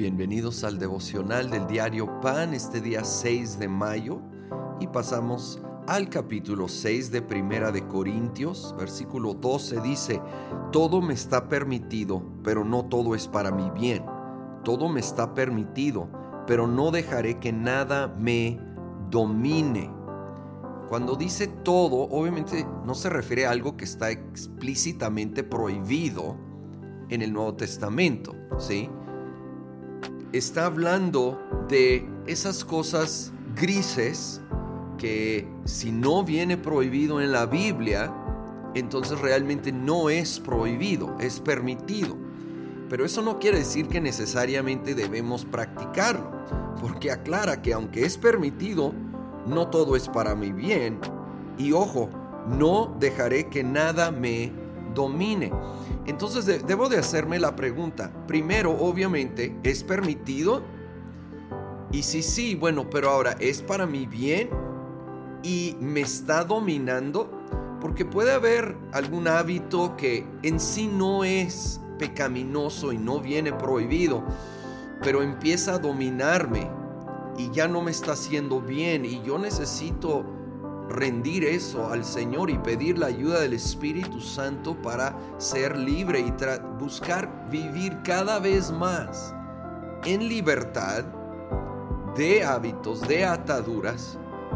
Bienvenidos al devocional del diario Pan, este día 6 de mayo, y pasamos al capítulo 6 de Primera de Corintios, versículo 12 dice: todo me está permitido, pero no todo es para mi bien. Todo me está permitido, pero no dejaré que nada me domine. Cuando dice todo, obviamente no se refiere a algo que está explícitamente prohibido en el Nuevo Testamento, ¿sí? Está hablando de esas cosas grises que si no viene prohibido en la Biblia, entonces realmente no es prohibido, es permitido. Pero eso no quiere decir que necesariamente debemos practicarlo, porque aclara que aunque es permitido, no todo es para mi bien. Y ojo, no dejaré que nada me domine. Entonces debo de hacerme la pregunta. Primero, obviamente, ¿es permitido? Y sí, bueno, pero ahora, ¿es para mi bien? ¿Y me está dominando? Porque puede haber algún hábito que en sí no es pecaminoso y no viene prohibido, pero empieza a dominarme y ya no me está haciendo bien, y yo necesito rendir eso al Señor y pedir la ayuda del Espíritu Santo para ser libre y buscar vivir cada vez más en libertad de hábitos, de ataduras,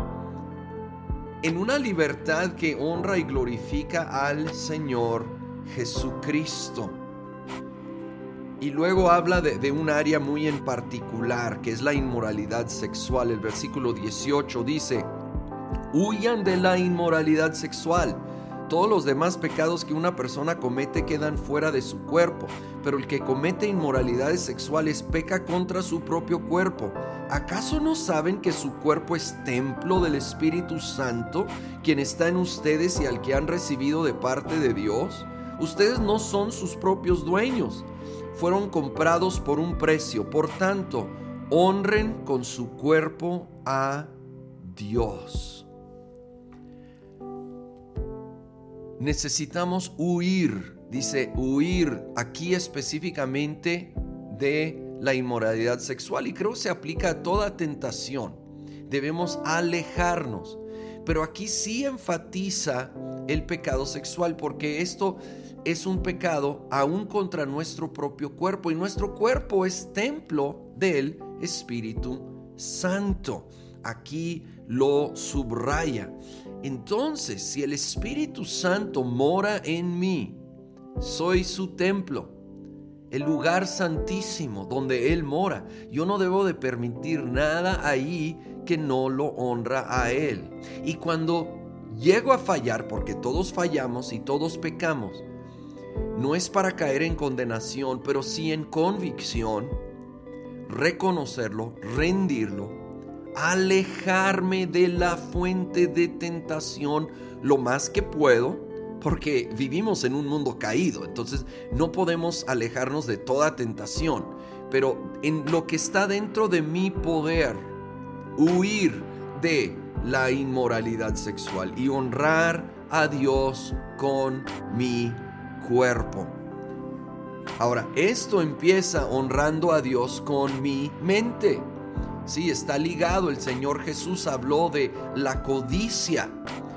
en una libertad que honra y glorifica al Señor Jesucristo. Y luego habla de un área muy en particular, que es la inmoralidad sexual. El versículo 18 dice: huyan de la inmoralidad sexual. Todos los demás pecados que una persona comete quedan fuera de su cuerpo, pero el que comete inmoralidades sexuales peca contra su propio cuerpo. ¿Acaso no saben que su cuerpo es templo del Espíritu Santo, quien está en ustedes y al que han recibido de parte de Dios? Ustedes no son sus propios dueños. Fueron comprados por un precio. Por tanto, honren con su cuerpo a Dios. Necesitamos huir, dice huir aquí específicamente de la inmoralidad sexual, y creo que se aplica a toda tentación. Debemos alejarnos, pero aquí sí enfatiza el pecado sexual, porque esto es un pecado aún contra nuestro propio cuerpo, y nuestro cuerpo es templo del Espíritu Santo. Aquí lo subraya. Entonces, si el Espíritu Santo mora en mí, soy su templo, el lugar santísimo donde Él mora. Yo no debo de permitir nada ahí que no lo honra a Él. Y cuando llego a fallar, porque todos fallamos y todos pecamos, no es para caer en condenación, pero sí en convicción, reconocerlo, rendirlo, alejarme de la fuente de tentación lo más que puedo, porque vivimos en un mundo caído, entonces no podemos alejarnos de toda tentación, pero en lo que está dentro de mi poder, huir de la inmoralidad sexual y honrar a Dios con mi cuerpo. Ahora, esto empieza honrando a Dios con mi mente. Sí, está ligado. El Señor Jesús habló de la codicia.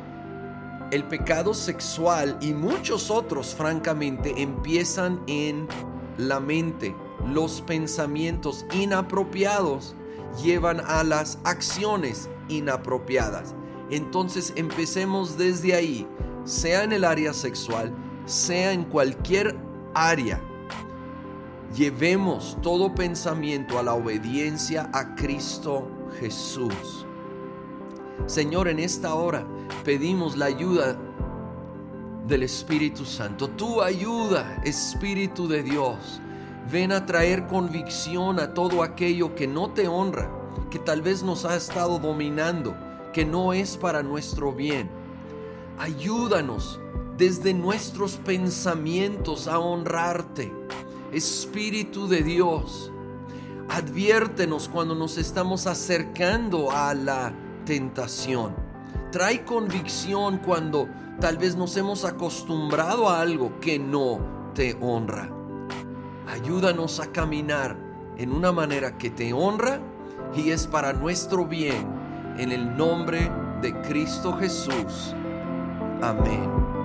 El pecado sexual y muchos otros, francamente, empiezan en la mente. Los pensamientos inapropiados llevan a las acciones inapropiadas. Entonces empecemos desde ahí, sea en el área sexual, sea en cualquier área. Llevemos todo pensamiento a la obediencia a Cristo Jesús. Señor, en esta hora pedimos la ayuda del Espíritu Santo. Tu ayuda, Espíritu de Dios. Ven a traer convicción a todo aquello que no te honra, que tal vez nos ha estado dominando, que no es para nuestro bien. Ayúdanos desde nuestros pensamientos a honrarte. Espíritu de Dios, adviértenos cuando nos estamos acercando a la tentación. Trae convicción cuando tal vez nos hemos acostumbrado a algo que no te honra. Ayúdanos a caminar en una manera que te honra y es para nuestro bien. En el nombre de Cristo Jesús. Amén.